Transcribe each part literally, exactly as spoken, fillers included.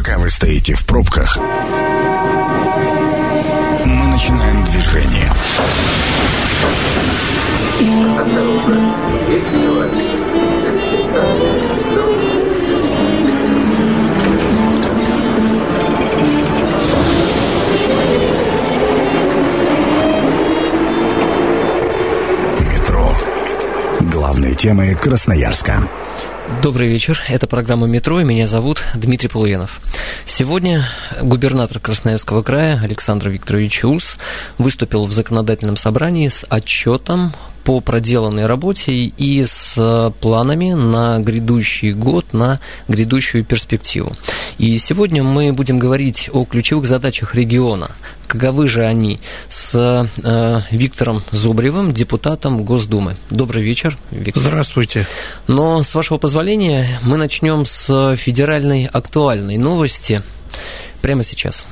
Пока вы стоите в пробках, мы начинаем движение. Метро. Главные темы Красноярска. Добрый вечер, это программа «Метро», и меня зовут Дмитрий Полуенов. Сегодня губернатор Красноярского края Александр Викторович Улс выступил в законодательном собрании с отчетом по проделанной работе и с планами на грядущий год, на грядущую перспективу. И сегодня мы будем говорить о ключевых задачах региона. Каковы же они? С э, Виктором Зубаревым, депутатом Госдумы. Добрый вечер, Виктор. Здравствуйте. Но, с вашего позволения, мы начнем с федеральной актуальной новости прямо сейчас.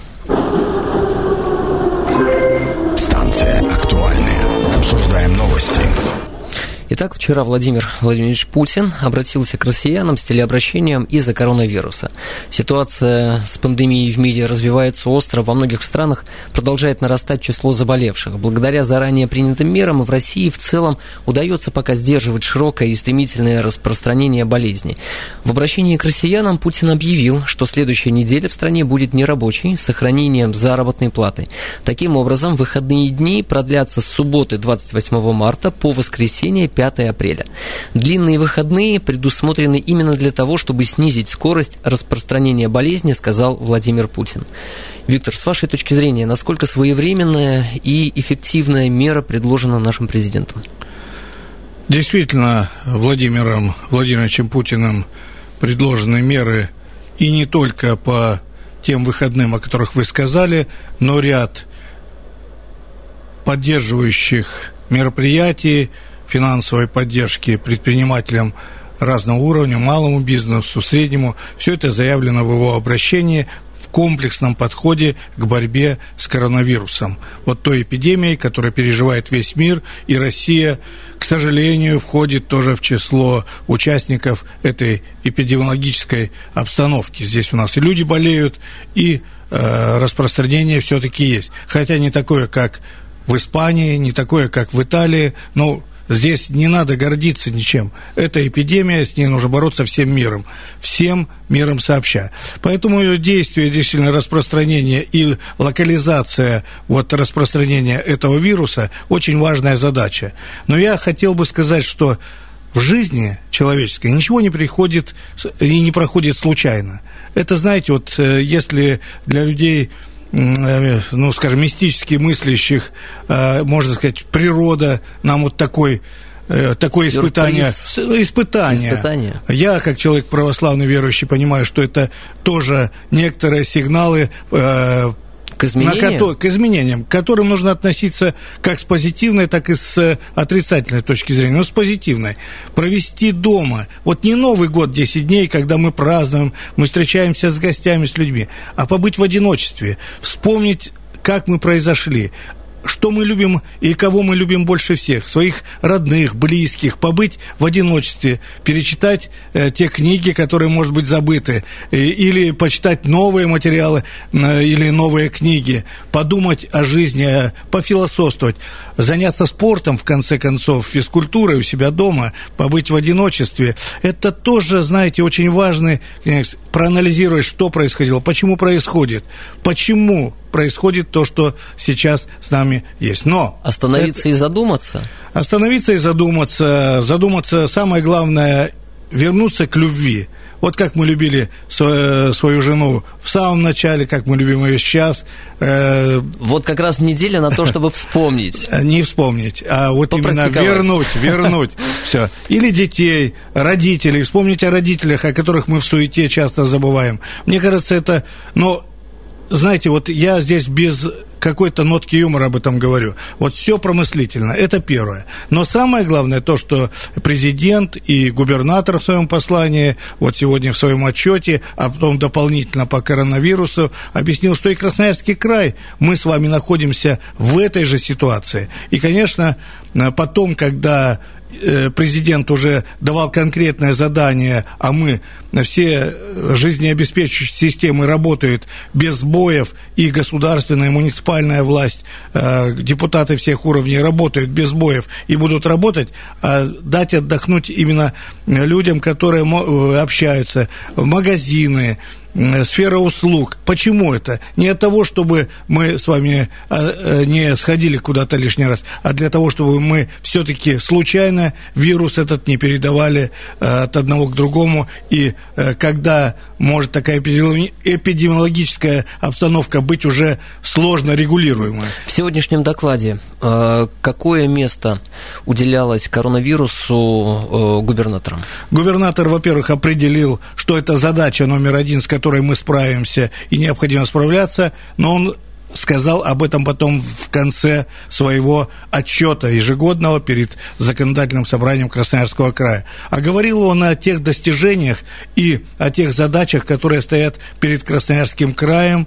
Станция «Актуальная». Обсуждаем новости. Итак, вчера Владимир Владимирович Путин обратился к россиянам с телеобращением из-за коронавируса. Ситуация с пандемией в мире развивается остро. Во многих странах продолжает нарастать число заболевших. Благодаря заранее принятым мерам в России в целом удается пока сдерживать широкое и стремительное распространение болезни. В обращении к россиянам Путин объявил, что следующая неделя в стране будет нерабочей, с сохранением заработной платы. Таким образом, выходные дни продлятся с субботы двадцать восьмого марта по воскресенье пятого апреля. Длинные выходные предусмотрены именно для того, чтобы снизить скорость распространения болезни, сказал Владимир Путин. Виктор, с вашей точки зрения, насколько своевременная и эффективная мера предложена нашим президентом? Действительно, Владимиром Владимировичем Путиным предложены меры и не только по тем выходным, о которых вы сказали, но ряд поддерживающих мероприятий, финансовой поддержки предпринимателям разного уровня, малому бизнесу, среднему. Все это заявлено в его обращении в комплексном подходе к борьбе с коронавирусом. Вот той эпидемией, которая переживает весь мир, и Россия, к сожалению, входит тоже в число участников этой эпидемиологической обстановки. Здесь у нас и люди болеют, и э, распространение все-таки есть. Хотя не такое, как в Испании, не такое, как в Италии, но здесь не надо гордиться ничем. Это эпидемия, с ней нужно бороться всем миром, всем миром сообща. Поэтому ее действие, действительно, распространение и локализация вот, распространения этого вируса очень важная задача. Но я хотел бы сказать, что в жизни человеческой ничего не приходит и не проходит случайно. Это, знаете, вот если для людей, ну, скажем, мистически мыслящих, можно сказать, природа нам вот такой, такое испытание, испытание. Испытание. Я, как человек православный верующий, понимаю, что это тоже некоторые сигналы к изменениям? На, к изменениям, к которым нужно относиться как с позитивной, так и с отрицательной точки зрения. Но с позитивной. Провести дома. Вот не Новый год, десять дней, когда мы празднуем, мы встречаемся с гостями, с людьми, а побыть в одиночестве, вспомнить, как мы произошли, что мы любим и кого мы любим больше всех, своих родных, близких, побыть в одиночестве, перечитать э, те книги, которые, может быть, забыты, э, или почитать новые материалы э, или новые книги, подумать о жизни, э, пофилософствовать, заняться спортом, в конце концов, физкультурой у себя дома, побыть в одиночестве. Это тоже, знаете, очень важно, э, проанализировать, что происходило, почему происходит, почему происходит то, что сейчас с нами есть. Но остановиться это... и задуматься. Остановиться и задуматься. Задуматься, самое главное, вернуться к любви. Вот как мы любили свою, свою жену в самом начале, как мы любим ее сейчас. Э... Вот как раз неделя на то, чтобы вспомнить. Не вспомнить, а вот именно вернуть, вернуть. Все. Или детей, родителей. Вспомнить о родителях, о которых мы в суете часто забываем. Мне кажется, это... Но, знаете, вот я здесь без какой-то нотки юмора об этом говорю. Вот все промыслительно, это первое. Но самое главное то, что президент и губернатор в своем послании, вот сегодня в своем отчете, а потом дополнительно по коронавирусу, объяснил, что и Красноярский край, мы с вами находимся в этой же ситуации. И, конечно, потом, когда президент уже давал конкретное задание, а мы, все жизнеобеспечивающие системы работают без сбоев, и государственная, муниципальная власть, депутаты всех уровней работают без сбоев и будут работать, а дать отдохнуть именно людям, которые общаются, в магазины, сфера услуг. Почему это? Не от того, чтобы мы с вами не сходили куда-то лишний раз, а для того, чтобы мы все-таки случайно вирус этот не передавали от одного к другому. И когда может такая эпидемиологическая обстановка быть уже сложно регулируемой. В сегодняшнем докладе какое место уделялось коронавирусу губернаторам? Губернатор, во-первых, определил, что это задача номер один, с которой мы справимся и необходимо справляться, но он сказал об этом потом в конце своего отчета ежегодного перед законодательным собранием Красноярского края. А говорил он о тех достижениях и о тех задачах, которые стоят перед Красноярским краем,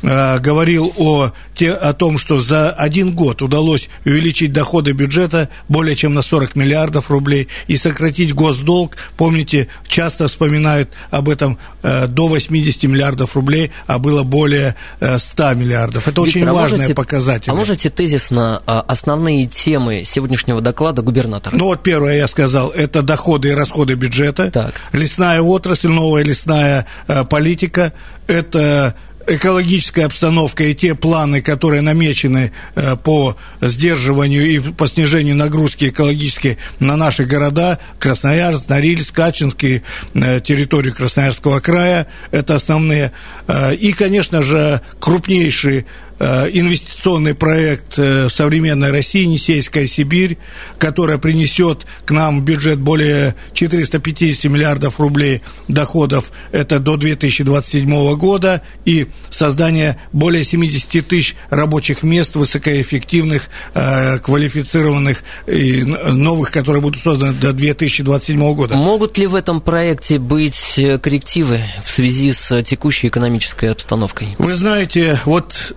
говорил о, те, о том, что за один год удалось увеличить доходы бюджета более чем на сорок миллиардов рублей и сократить госдолг. Помните, часто вспоминают об этом, до восемьдесят миллиардов рублей, а было более ста миллиардов. Это Виктор, очень а важные можете, показатели. А можете тезисно основные темы сегодняшнего доклада губернатора? Ну вот первое я сказал, это доходы и расходы бюджета, так. Лесная отрасль, новая лесная политика, это экологическая обстановка и те планы, которые намечены по сдерживанию и по снижению нагрузки экологической на наши города, Красноярск, Норильск, Ачинский, территорию Красноярского края, это основные. И, конечно же, крупнейший инвестиционный проект современной России, Енисейская Сибирь, которая принесет к нам в бюджет более четыреста пятьдесят миллиардов рублей доходов, это до две тысячи двадцать седьмого года, и создание более семьдесят тысяч рабочих мест, высокоэффективных, квалифицированных и новых, которые будут созданы до две тысячи двадцать седьмого года. Могут ли в этом проекте быть коррективы в связи с текущей экономической обстановкой? Вы знаете, вот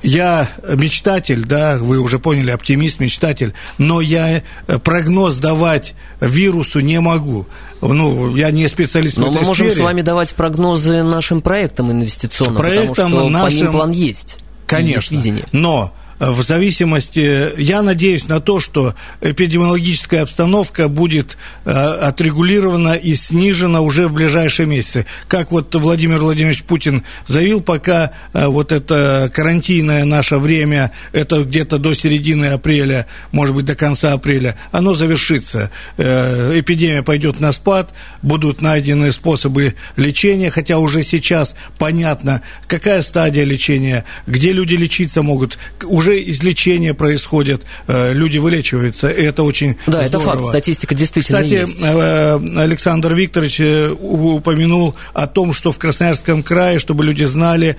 я мечтатель, да, вы уже поняли, оптимист, мечтатель, но я прогноз давать вирусу не могу. Ну, я не специалист в этой сфере. Но мы можем с вами давать прогнозы нашим проектам инвестиционным, проектам потому что нашим... по ним план есть. Конечно, есть видение. Но в зависимости, я надеюсь на то, что эпидемиологическая обстановка будет э, отрегулирована и снижена уже в ближайшие месяцы. Как вот Владимир Владимирович Путин заявил, пока э, вот это карантинное наше время, это где-то до середины апреля, может быть, до конца апреля, оно завершится. Э, эпидемия пойдет на спад, будут найдены способы лечения, хотя уже сейчас понятно, какая стадия лечения, где люди лечиться могут, уже излечение происходит, люди вылечиваются, и это очень да, здорово. Это факт, статистика действительно Кстати, есть. Александр Викторович упомянул о том, что в Красноярском крае, чтобы люди знали,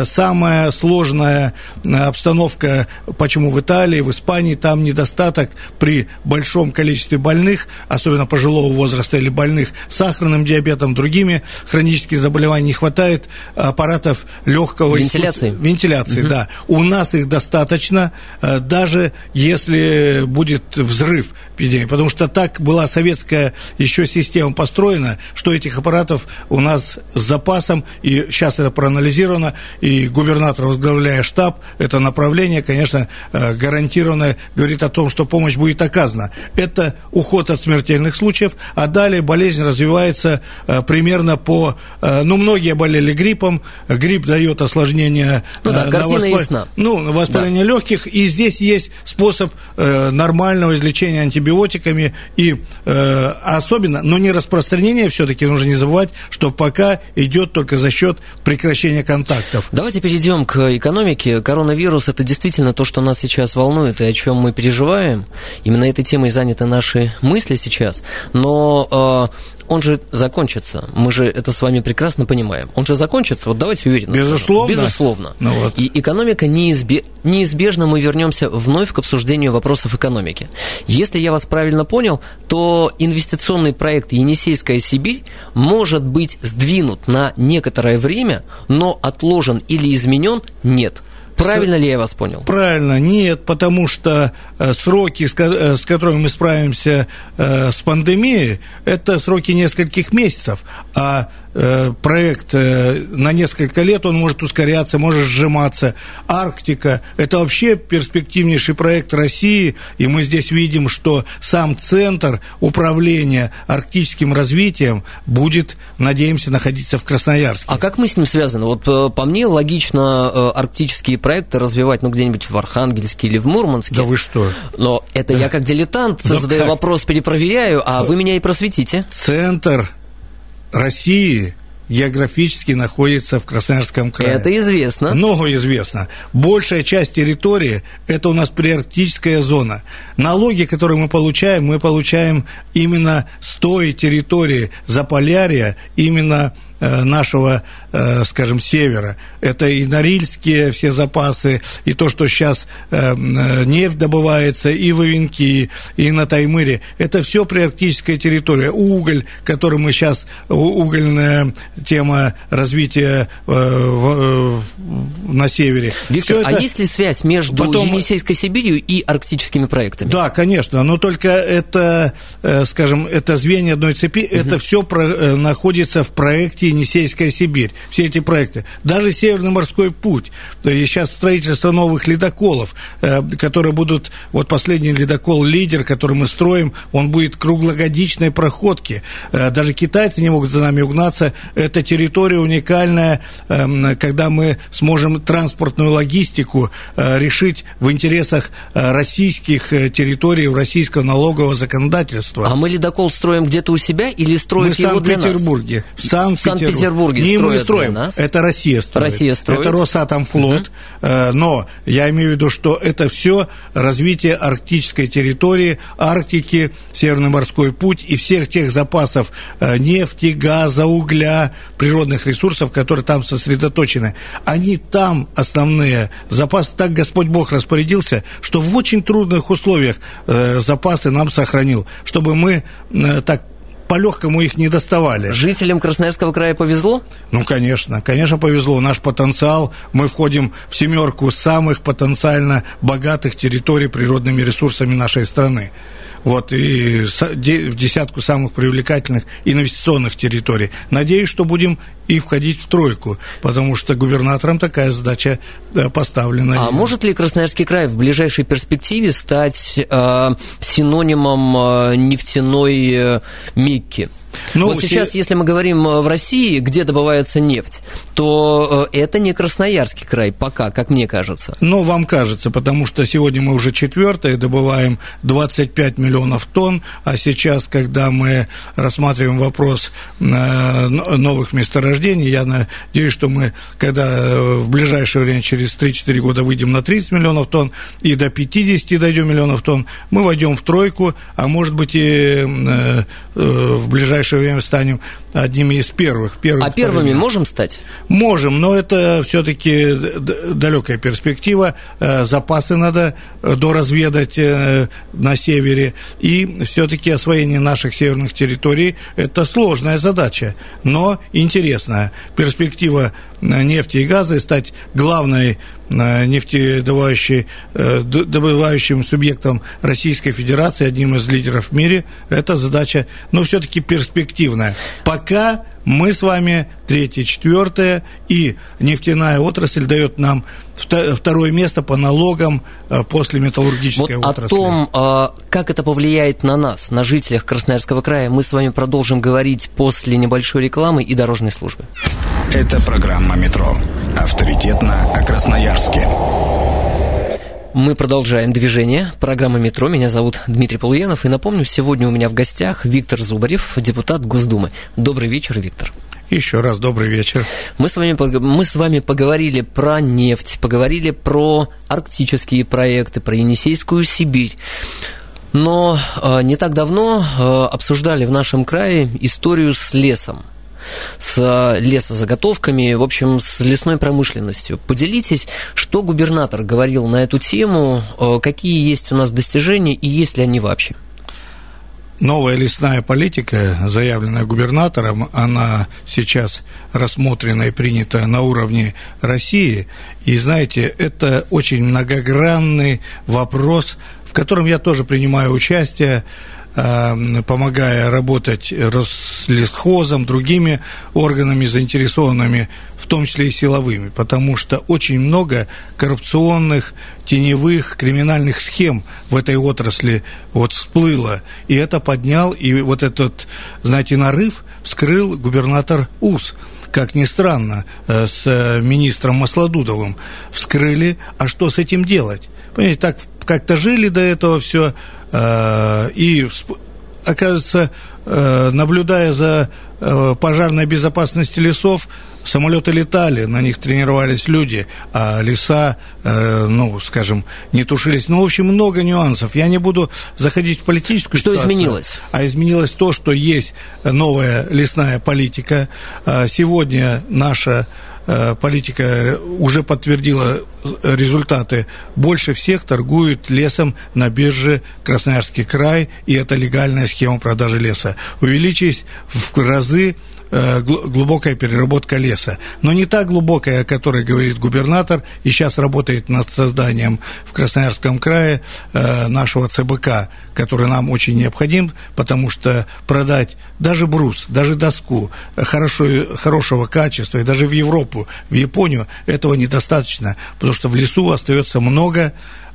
самая сложная обстановка, почему в Италии, в Испании, там недостаток при большом количестве больных, особенно пожилого возраста или больных с сахарным диабетом, другими хроническими заболеваниями, не хватает аппаратов легкого вентиляции. Искусства, вентиляции, угу. Да. У нас их достаточно, даже если будет взрыв эпидемии, потому что так была советская еще система построена, что этих аппаратов у нас с запасом, и сейчас это проанализировано, и губернатор, возглавляя штаб, это направление, конечно, гарантированно говорит о том, что помощь будет оказана. Это уход от смертельных случаев, а далее болезнь развивается примерно по... Ну, многие болели гриппом, грипп дает осложнения... Ну да, картина воспал... ясна. Ну, воспаление да. легких, и здесь есть способ э, нормального излечения антибиотиками, и э, особенно, но не распространение, все-таки нужно не забывать, что пока идет только за счет прекращения контактов. Давайте перейдем к экономике. Коронавирус – это действительно то, что нас сейчас волнует и о чем мы переживаем. Именно этой темой заняты наши мысли сейчас, но... Э, он же закончится. Мы же это с вами прекрасно понимаем. Он же закончится, вот давайте уверенно. Безусловно. Безусловно. Ну вот. И экономика неизбе... неизбежно мы вернемся вновь к обсуждению вопросов экономики. Если я вас правильно понял, то инвестиционный проект «Енисейская Сибирь» может быть сдвинут на некоторое время, но отложен или изменен нет. Правильно ли я вас понял? Правильно, нет, потому что сроки, с которыми мы справимся с пандемией, это сроки нескольких месяцев, а проект на несколько лет, он может ускоряться, может сжиматься. Арктика – это вообще перспективнейший проект России, и мы здесь видим, что сам центр управления арктическим развитием будет, надеемся, находиться в Красноярске. А как мы с ним связаны? Вот по мне логично арктические проекты развивать, ну, где-нибудь в Архангельске или в Мурманске. Да вы что? Но это да. Я как дилетант да задаю как? вопрос, перепроверяю, а вы меня и просветите. Центр России географически находится в Красноярском крае. Это известно. Много известно. Большая часть территории – это у нас приарктическая зона. Налоги, которые мы получаем, мы получаем именно с той территории Заполярья, именно нашего, скажем, севера. Это и норильские все запасы, и то, что сейчас нефть добывается, и в Ивенки, и на Таймыре. Это все приарктическая территория. Уголь, который мы сейчас, угольная тема развития на севере. Виктор, это... а есть ли связь между Потом... Енисейской Сибирью и арктическими проектами? Да, конечно, но только это, скажем, это звенья одной цепи, угу. Это все находится в проекте Енисейская Сибирь, все эти проекты. Даже Северный морской путь, и сейчас строительство новых ледоколов, которые будут, вот последний ледокол «Лидер», который мы строим, он будет круглогодичной проходки. Даже китайцы не могут за нами угнаться. Это территория уникальная, когда мы сможем транспортную логистику решить в интересах российских территорий, российского налогового законодательства. А мы ледокол строим где-то у себя или строим мы его для нас? В Санкт-Петербурге. В Санкт-Петербурге. Санкт-Петербурге не строят мы строим, для нас. Это Россия строит. Россия строит. Это Росатомфлот. Угу. Но я имею в виду, что это все развитие арктической территории, Арктики, Северный морской путь и всех тех запасов нефти, газа, угля, природных ресурсов, которые там сосредоточены. Они там основные запасы. Так Господь Бог распорядился, что в очень трудных условиях запасы нам сохранил, чтобы мы так по-легкому их не доставали. Жителям Красноярского края повезло? Ну, конечно, конечно, повезло. Наш потенциал, мы входим в семерку самых потенциально богатых территорий природными ресурсами нашей страны. Вот, и в десятку самых привлекательных инвестиционных территорий. Надеюсь, что будем и входить в тройку, потому что губернаторам такая задача поставлена. А может ли Красноярский край в ближайшей перспективе стать э, синонимом э, нефтяной э, Мекки? Ну, вот сейчас, если мы говорим в России, где добывается нефть, то это не Красноярский край пока, как мне кажется. Ну, вам кажется, потому что сегодня мы уже четвертое, добываем двадцать пять миллионов тонн, а сейчас, когда мы рассматриваем вопрос новых месторождений, я надеюсь, что мы, когда в ближайшее время, через три-четыре года выйдем на тридцать миллионов тонн и до пятидесяти дойдем миллионов тонн, мы войдем в тройку, а может быть и в ближайшее В ближайшее время станем одними из первых. первых а первыми можем стать? Можем, но это все-таки далекая перспектива. Запасы надо доразведать на севере. И все-таки освоение наших северных территорий – это сложная задача, но интересная. Перспектива нефти и газа стать главной нефтедобывающей, добывающим субъектом Российской Федерации, одним из лидеров в мире, это задача, но все-таки перспективная. Пока мы с вами третье, четвертое, и нефтяная отрасль дает нам второе место по налогам после металлургической вот отрасли. О том, как это повлияет на нас, на жителях Красноярского края, мы с вами продолжим говорить после небольшой рекламы и дорожной службы. Это программа «Метро». Авторитетно о Красноярске. Мы продолжаем движение. Программа «Метро». Меня зовут Дмитрий Полуянов. И напомню, сегодня у меня в гостях Виктор Зубарев, депутат Госдумы. Добрый вечер, Виктор. Еще раз добрый вечер. Мы с вами, мы с вами поговорили про нефть, поговорили про арктические проекты, про Енисейскую Сибирь. Но э, не так давно э, обсуждали в нашем крае историю с лесом, с лесозаготовками, в общем, с лесной промышленностью. Поделитесь, что губернатор говорил на эту тему, какие есть у нас достижения и есть ли они вообще? Новая лесная политика, заявленная губернатором, она сейчас рассмотрена и принята на уровне России. И, знаете, это очень многогранный вопрос, в котором я тоже принимаю участие, помогая работать Рослесхозом, другими органами заинтересованными, в том числе и силовыми, потому что очень много коррупционных, теневых, криминальных схем в этой отрасли вот всплыло, и это поднял, и вот этот, знаете, нарыв вскрыл губернатор УЗ. Как ни странно, с министром Маслодудовым вскрыли, а что с этим делать? Понимаете, так как-то жили до этого все, и, оказывается, наблюдая за пожарной безопасностью лесов, самолеты летали, на них тренировались люди, а леса, ну, скажем, не тушились. Ну, в общем, много нюансов. Я не буду заходить в политическую что ситуацию. Что изменилось? А изменилось то, что есть новая лесная политика. Сегодня наша политика уже подтвердила результаты. Больше всех торгуют лесом на бирже Красноярский край, и это легальная схема продажи леса. Увеличились в разы глубокая переработка леса. Но не та глубокая, о которой говорит губернатор, и сейчас работает над созданием в Красноярском крае э, нашего ЦБК, который нам очень необходим, потому что продать даже брус, даже доску хорошо, хорошего качества, и даже в Европу, в Японию, этого недостаточно, потому что в лесу остается много,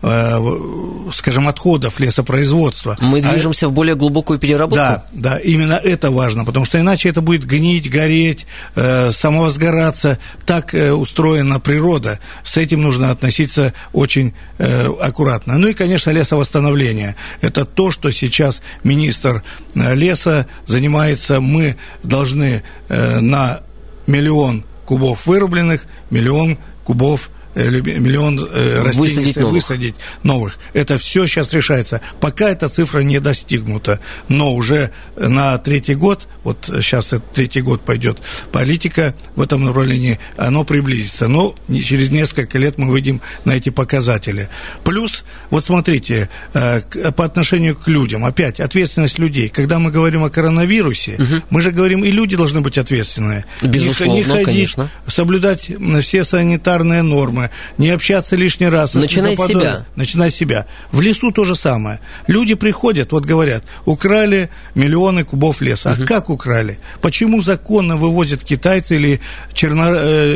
скажем, отходов лесопроизводства. Мы движемся а, в более глубокую переработку? Да, да, именно это важно, потому что иначе это будет гнить, гореть, э, самовозгораться. Так э, устроена природа. С этим нужно относиться очень э, аккуратно. Ну и, конечно, лесовосстановление. Это то, что сейчас министр леса занимается. Мы должны э, на миллион кубов вырубленных, миллион кубов миллион э, растений высадить новых. высадить новых. Это все сейчас решается. Пока эта цифра не достигнута, но уже на третий год, вот сейчас этот третий год пойдет политика в этом направлении, оно приблизится. Но через несколько лет мы выйдем на эти показатели. Плюс, вот смотрите, э, по отношению к людям, опять ответственность людей. Когда мы говорим о коронавирусе, угу. мы же говорим, и люди должны быть ответственные. Безусловно, не, не ходить, конечно. Соблюдать все санитарные нормы, не общаться лишний раз. Начинай с себя. Начинай с себя. В лесу то же самое. Люди приходят, вот говорят, украли миллионы кубов леса. Угу. А как украли? Почему законно вывозят китайцы или черно,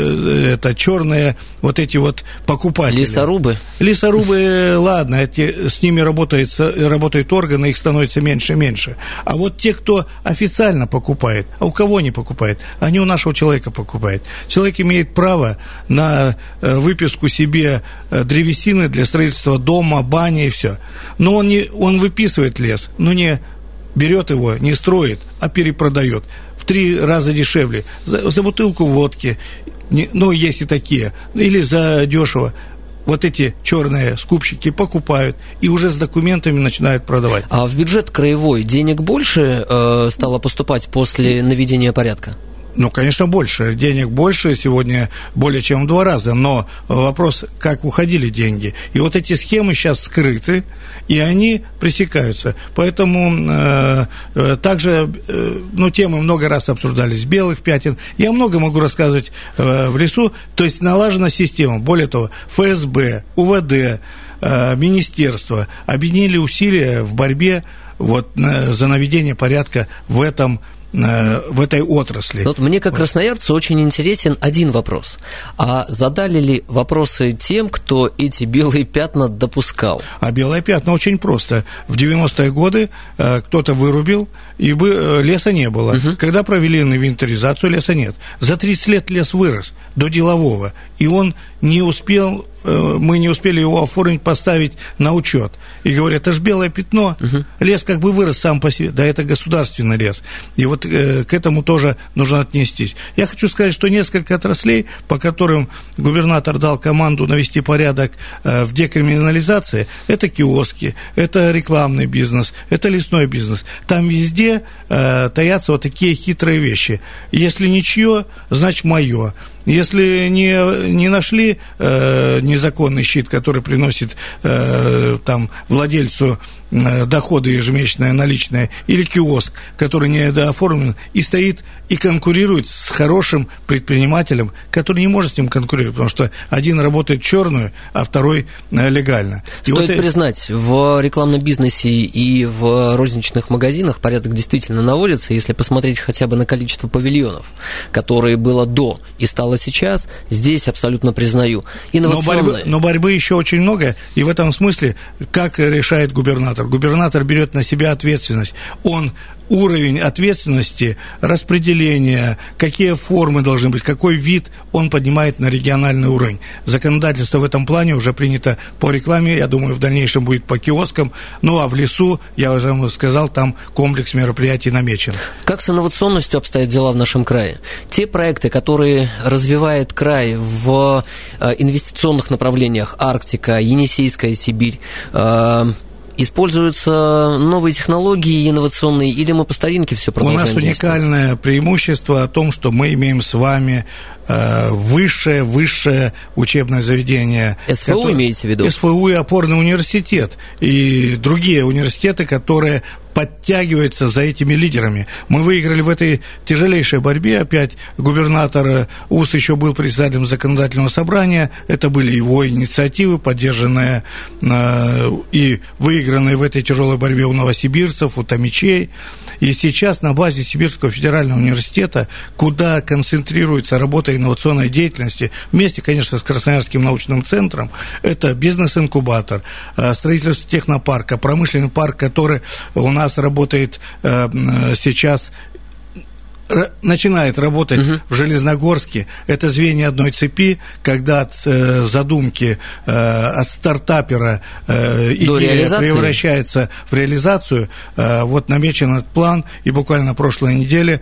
э, это, черные вот эти вот покупатели? Лесорубы? Лесорубы, ладно, эти, с ними работают, работают органы, их становится меньше и меньше. А вот те, кто официально покупает, а у кого не покупает? Они у нашего человека покупают. Человек имеет право на выписку себе древесины для строительства дома, бани и все. Но он, не, он выписывает лес, но не берет его, не строит, а перепродает в три раза дешевле. За, за бутылку водки, не, ну, есть и такие, или за дешево. Вот эти черные скупщики покупают и уже с документами начинают продавать. А в бюджет краевой денег больше э, стало поступать после наведения порядка? Ну, конечно, больше. Денег больше, сегодня более чем в два раза. Но вопрос, как уходили деньги. И вот эти схемы сейчас скрыты, и они пресекаются. Поэтому э, э, также, э, ну, темы много раз обсуждались, белых пятен. Я много могу рассказывать э, в лесу. То есть налажена система. Более того, эф эс бэ, у вэ дэ, э, министерство объединили усилия в борьбе вот, на, за наведение порядка в этом в этой отрасли. Вот мне, как красноярцу, очень интересен один вопрос. А задали ли вопросы тем, кто эти белые пятна допускал? А белые пятна очень просто. В девяностые годы э, кто-то вырубил, и бы, э, леса не было. Угу. Когда провели инвентаризацию, леса нет. За тридцать лет лес вырос до делового, и он не успел, э, мы не успели его оформить, поставить на учет. И говорят, это же белое пятно, угу. Лес как бы вырос сам по себе. Да, это государственный лес. И вот э, к этому тоже нужно отнестись. Я хочу сказать, что несколько отраслей, по которым губернатор дал команду навести порядок э, в декриминализации, это киоски, это рекламный бизнес, это лесной бизнес. Там везде э, таятся вот такие хитрые вещи. Если ничье, значит мое. Если не, не нашли э, незаконный щит, который приносит э, там, владельцу доходы ежемесячные, наличные, или киоск, который недооформлен, и стоит и конкурирует с хорошим предпринимателем, который не может с ним конкурировать, потому что один работает черную, а второй легально. И Стоит вот признать, в рекламном бизнесе и в розничных магазинах порядок действительно наводится. Если посмотреть хотя бы на количество павильонов, которые было до и стало сейчас, здесь абсолютно признаю. Инновационные. Но борьбы, но борьбы еще очень много, и в этом смысле, как решает губернатор? Губернатор берет на себя ответственность. Он уровень ответственности, распределения, какие формы должны быть, какой вид он поднимает на региональный уровень. Законодательство в этом плане уже принято по рекламе, я думаю, в дальнейшем будет по киоскам. Ну, а в лесу, я уже вам сказал, там комплекс мероприятий намечен. Как с инновационностью обстоят дела в нашем крае? Те проекты, которые развивает край в инвестиционных направлениях, Арктика, Енисейская Сибирь, используются новые технологии инновационные, или мы по старинке все продолжаем? У нас уникальное преимущество о том, что мы имеем с вами э, высшее, высшее учебное заведение. СФУ которое, имеете в виду? СФУ и опорный университет, и другие университеты, которые подтягивается за этими лидерами. Мы выиграли в этой тяжелейшей борьбе. Опять губернатор УС еще был председателем законодательного собрания. Это были его инициативы, поддержанные э, и выигранные в этой тяжелой борьбе у новосибирцев, у томичей. И сейчас на базе Сибирского федерального университета, куда концентрируется работа инновационной деятельности, вместе, конечно, с Красноярским научным центром, это бизнес-инкубатор, строительство технопарка, промышленный парк, который у нас работает сейчас, начинает работать угу. в Железногорске. Это звенья одной цепи, когда от э, задумки, э, от стартапера э, идея превращается в реализацию. Э, вот намечен этот план, и буквально на прошлой неделе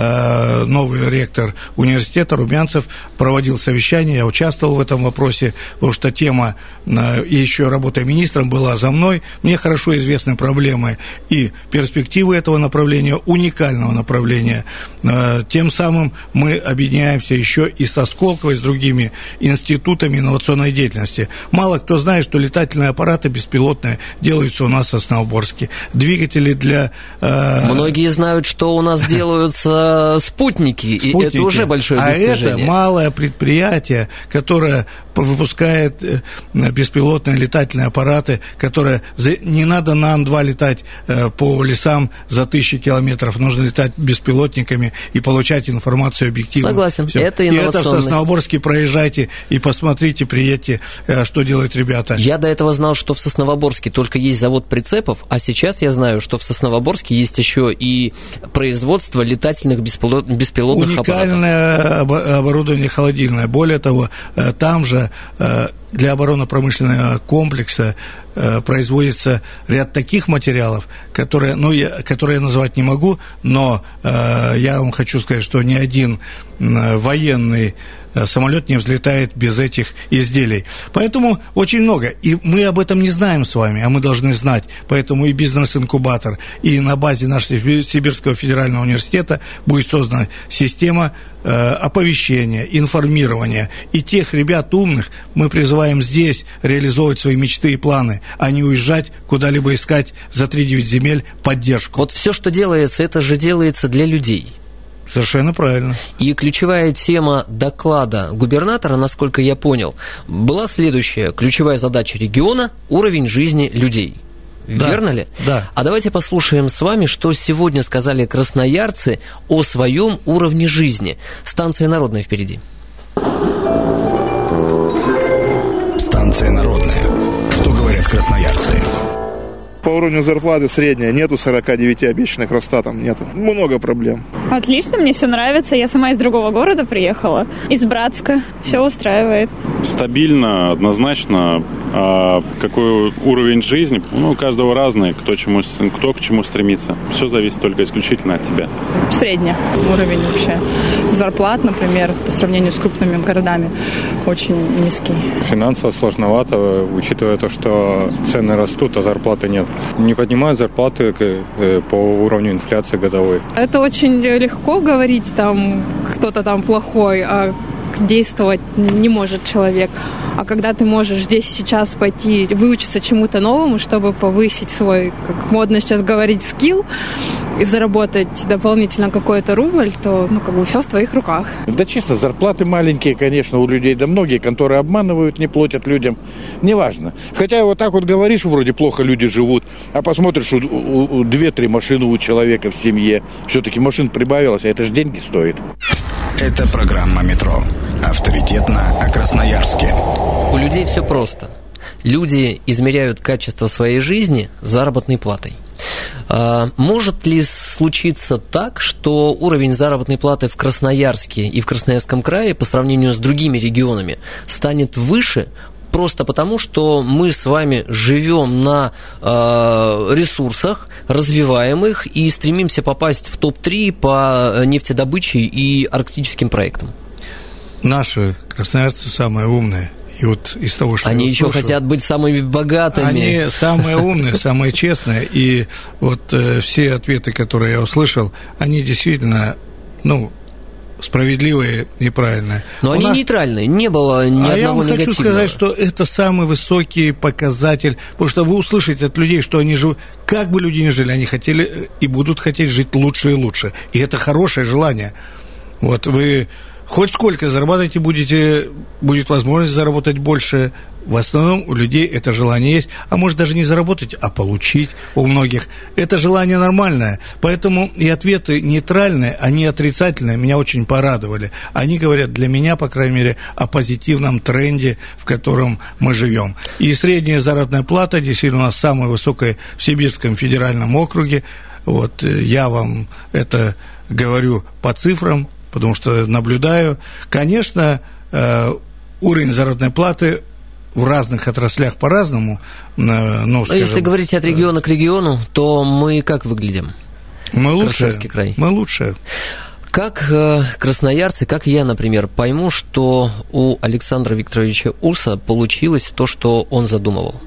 э, новый ректор университета Румянцев проводил совещание, я участвовал в этом вопросе, потому что тема, э, и еще работа министром была за мной. Мне хорошо известны проблемы и перспективы этого направления, уникального направления. Тем самым мы объединяемся еще и со Сколково, и с другими институтами инновационной деятельности. Мало кто знает, что летательные аппараты беспилотные делаются у нас в Сосновоборске. Двигатели для... Э... Многие знают, что у нас делаются спутники, спутники, и это уже большое достижение. А это малое предприятие, которое выпускает беспилотные летательные аппараты, которые... Не надо на Ан два летать по лесам за тысячи километров, нужно летать беспилотниками и получать информацию объективно. Согласен, Все. это инновационность. И это в Сосновоборске проезжайте и посмотрите, приедьте, что делают ребята. Я до этого знал, что в Сосновоборске только есть завод прицепов, а сейчас я знаю, что в Сосновоборске есть еще и производство летательных беспилот... беспилотных уникальное аппаратов. Уникальное оборудование холодильное. Более того, там же для оборонно-промышленного комплекса производится ряд таких материалов, которые, ну, я, которые я назвать не могу, но э, я вам хочу сказать, что ни один э, военный э, самолет не взлетает без этих изделий. Поэтому очень много. И мы об этом не знаем с вами, а мы должны знать. Поэтому и бизнес-инкубатор, и на базе нашего Сибирского федерального университета будет создана система э, оповещения, информирования. И тех ребят умных мы призываем здесь реализовывать свои мечты и планы, а не уезжать куда-либо искать за три-девять земель поддержку. Вот все, что делается, это же делается для людей. Совершенно правильно. И ключевая тема доклада губернатора, насколько я понял, была следующая. Ключевая задача региона – уровень жизни людей. Да, верно ли? Да. А давайте послушаем с вами, что сегодня сказали красноярцы о своем уровне жизни. Станция «Народная» впереди. Станция «Народная». Что говорят красноярцы? По уровню зарплаты средняя, нету сорок девять обещанных Росстатом, нету. Много проблем. Отлично, мне все нравится. Я сама из другого города приехала, из Братска. Все устраивает. Стабильно, однозначно. А какой уровень жизни? Ну, у каждого разный, кто, чему, кто к чему стремится. Все зависит только исключительно от тебя. Средний уровень вообще. Зарплат, например, по сравнению с крупными городами, очень низкий. Финансово сложновато, учитывая то, что цены растут, а зарплаты нет. Не поднимают зарплаты по уровню инфляции годовой. Это очень легко говорить, там кто-то там плохой, а так действовать не может человек. А когда ты можешь здесь и сейчас пойти выучиться чему-то новому, чтобы повысить свой, как модно сейчас говорить, скилл, и заработать дополнительно какой-то рубль, то, ну, как бы все в твоих руках. Да чисто, зарплаты маленькие, конечно, у людей, да многие конторы обманывают, не платят людям, неважно. Хотя вот так вот говоришь, вроде плохо люди живут, а посмотришь, у, у, у две-три машины у человека в семье, все-таки машин прибавилось, а это же деньги стоит. Это программа «Метро». Авторитетно о Красноярске. У людей все просто. Люди измеряют качество своей жизни заработной платой. А может ли случиться так, что уровень заработной платы в Красноярске и в Красноярском крае по сравнению с другими регионами станет выше, просто потому, что мы с вами живем на э, ресурсах, развиваем их и стремимся попасть в топ три по нефтедобыче и арктическим проектам? Наши красноярцы самые умные. И вот из того, что они я еще услышал, хотят быть самыми богатыми. Они самые умные, самые честные. И вот э, все ответы, которые я услышал, они действительно, ну, справедливые и правильные. Но У они нас... нейтральные, не было ни а одного негативного. А я вам хочу сказать, что это самый высокий показатель, потому что вы услышите от людей, что они живут, как бы люди ни жили, они хотели и будут хотеть жить лучше и лучше. И это хорошее желание. Вот вы хоть сколько зарабатываете, будете, будет возможность заработать больше. В основном у людей это желание есть, а может даже не заработать, а получить у многих. Это желание нормальное, поэтому и ответы нейтральные, они отрицательные, меня очень порадовали. Они говорят для меня, по крайней мере, о позитивном тренде, в котором мы живем. И средняя заработная плата действительно у нас самая высокая в Сибирском федеральном округе. Вот я вам это говорю по цифрам, потому что наблюдаю. Конечно, уровень заработной платы в разных отраслях по-разному. Ну, скажем, если говорить от региона к региону, то мы как выглядим? Мы лучше. Красноярский край. Мы лучше. Как э, красноярцы, как я, например, пойму, что у Александра Викторовича Урса получилось то, что он задумывал?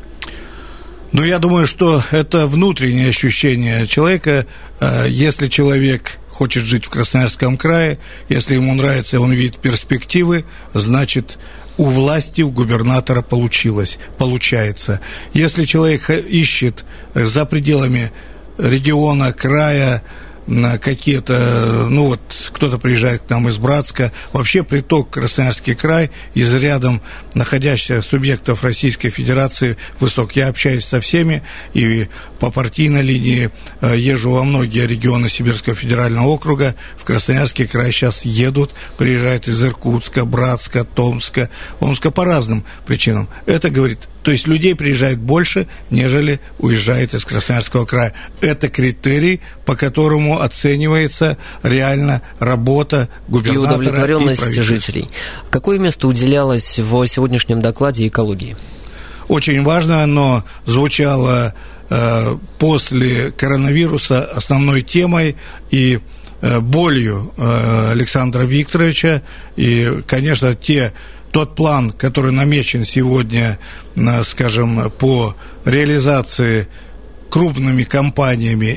Ну, я думаю, что это внутреннее ощущение человека. Если человек хочет жить в Красноярском крае, если ему нравится, он видит перспективы, значит, у власти, у губернатора получилось, получается. Если человек ищет за пределами региона, края, на какие-то, ну вот, кто-то приезжает к нам из Братска, вообще приток в Красноярский край из рядом находящихся субъектов Российской Федерации высок. Я общаюсь со всеми и по партийной линии езжу во многие регионы Сибирского федерального округа. В Красноярский край сейчас едут, приезжают из Иркутска, Братска, Томска, Омска по разным причинам. Это говорит, то есть людей приезжает больше, нежели уезжает из Красноярского края. Это критерий, по которому оценивается реально работа губернатора и удовлетворенность жителей. Какое место уделялось в сегодняшнем докладе экологии? Очень важно, но звучало э, после коронавируса основной темой и э, болью э, Александра Викторовича. И, конечно, те... Тот план, который намечен сегодня, скажем, по реализации крупными компаниями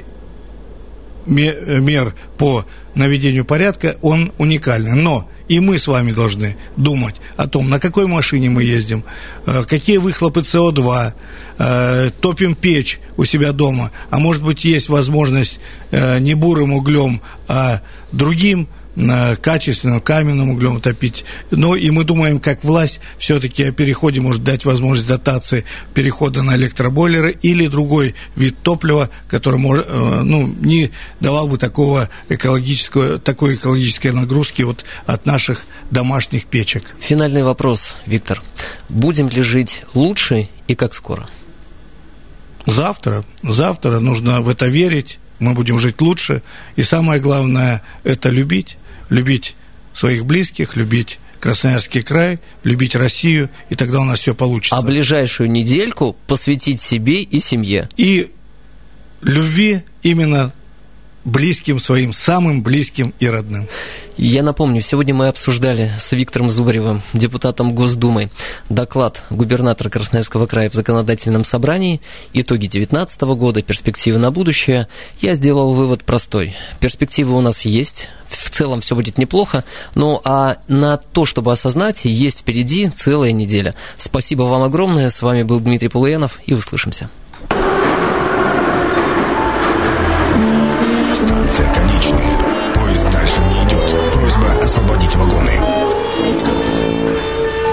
мер по наведению порядка, он уникальный. Но и мы с вами должны думать о том, на какой машине мы ездим, какие выхлопы С О два, топим печь у себя дома, а может быть есть возможность не бурым углем, а другим качественным каменным углем топить. Но и мы думаем, как власть все-таки о переходе может дать возможность дотации перехода на электробойлеры или другой вид топлива, который может, ну, не давал бы такого экологического, такой экологической нагрузки вот от наших домашних печек. Финальный вопрос, Виктор. Будем ли жить лучше и как скоро? Завтра. Завтра нужно в это верить. Мы будем жить лучше. И самое главное – это любить. Любить своих близких, любить Красноярский край, любить Россию, и тогда у нас все получится. А ближайшую недельку посвятить себе и семье. И любви именно близким своим, самым близким и родным. Я напомню, сегодня мы обсуждали с Виктором Зубаревым, депутатом Госдумы, доклад губернатора Красноярского края в законодательном собрании, итоги две тысячи девятнадцатого года, перспективы на будущее. Я сделал вывод простой. Перспективы у нас есть, в целом все будет неплохо, ну а на то, чтобы осознать, есть впереди целая неделя. Спасибо вам огромное, с вами был Дмитрий Полуянов, и услышимся. Станция конечная. Поезд дальше не идет. Просьба освободить вагоны.